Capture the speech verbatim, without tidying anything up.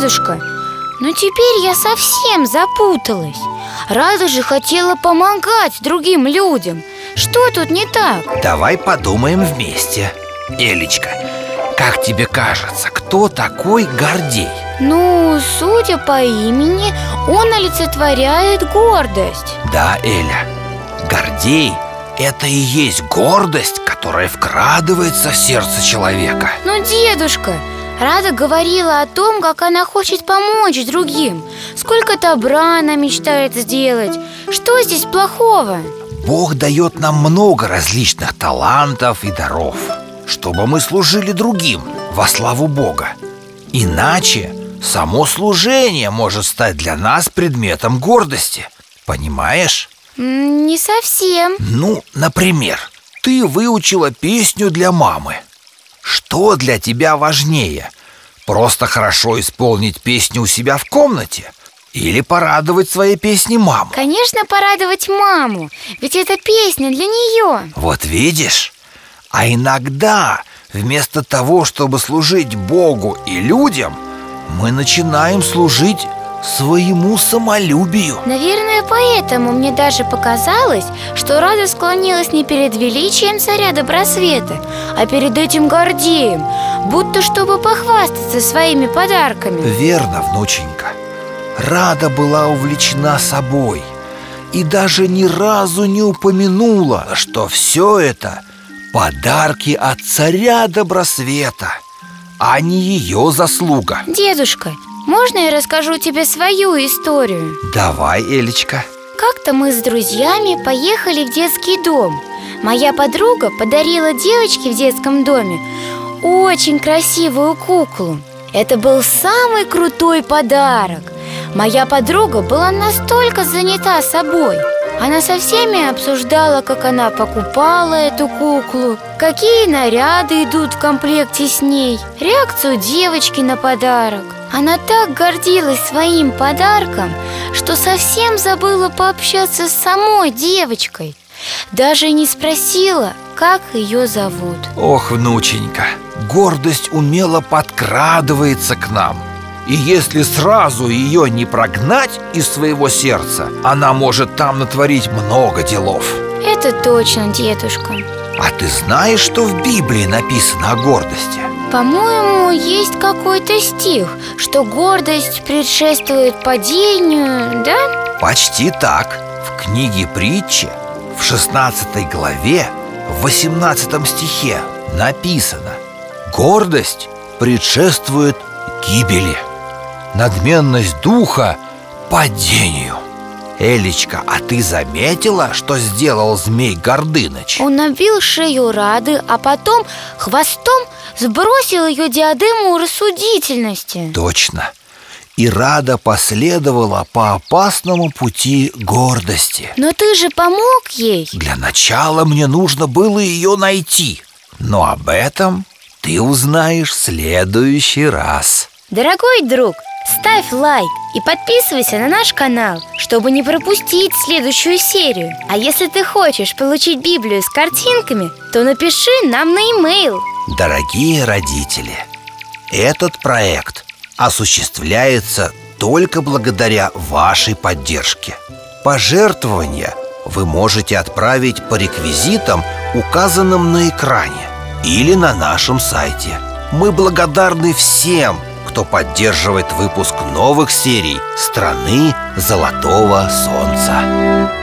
дедушка, но теперь я совсем запуталась. Рада же хотела помогать другим людям. Что тут не так? Давай подумаем вместе. Элечка, как тебе кажется, кто такой Гордей? Ну, судя по имени, он олицетворяет гордость. Да, Эля, Гордей – это и есть гордость, которая вкрадывается в сердце человека. Но, дедушка, Рада говорила о том, как она хочет помочь другим. Сколько добра она мечтает сделать. Что здесь плохого? Бог дает нам много различных талантов и даров, чтобы мы служили другим во славу Бога. Иначе само служение может стать для нас предметом гордости. Понимаешь? Не совсем. Ну, например, ты выучила песню для мамы. Что для тебя важнее? Просто хорошо исполнить песню у себя в комнате? Или порадовать своей песней маму? Конечно, порадовать маму, ведь это песня для нее. Вот видишь? А иногда вместо того, чтобы служить Богу и людям, мы начинаем служить своему самолюбию. Наверное, поэтому мне даже показалось, что Рада склонилась не перед величием царя Добросвета, а перед этим Гордеем, будто чтобы похвастаться своими подарками. Верно, внученька. Рада была увлечена собой и даже ни разу не упомянула, что все это подарки от царя Добросвета, а не ее заслуга. Дедушка, можно я расскажу тебе свою историю? Давай, Элечка. Как-то мы с друзьями поехали в детский дом. Моя подруга подарила девочке в детском доме очень красивую куклу. Это был самый крутой подарок. Моя подруга была настолько занята собой. Она со всеми обсуждала, как она покупала эту куклу, какие наряды идут в комплекте с ней, реакцию девочки на подарок. Она так гордилась своим подарком, что совсем забыла пообщаться с самой девочкой. Даже не спросила, как ее зовут. Ох, внученька, гордость умело подкрадывается к нам. И если сразу ее не прогнать из своего сердца, она может там натворить много делов. Это точно, дедушка. А ты знаешь, что в Библии написано о гордости? По-моему, есть какой-то стих, что гордость предшествует падению, да? Почти так. В книге Притчи в шестнадцатой главе, в восемнадцатом стихе написано: гордость предшествует гибели, надменность духа – падению. Элечка, а ты заметила, что сделал змей Гордыныч? Он набил шею Рады, а потом хвостом сбросил ее диадему рассудительности. Точно. И Рада последовала по опасному пути гордости. Но ты же помог ей. Для начала мне нужно было ее найти. Но об этом ты узнаешь в следующий раз. Дорогой друг, ставь лайк и подписывайся на наш канал, чтобы не пропустить следующую серию. А если ты хочешь получить Библию с картинками, то напиши нам на e-mail. Дорогие родители, этот проект осуществляется только благодаря вашей поддержке. Пожертвования вы можете отправить по реквизитам, указанным на экране, или на нашем сайте. Мы благодарны всем, кто поддерживает выпуск новых серий «Страны Золотого Солнца».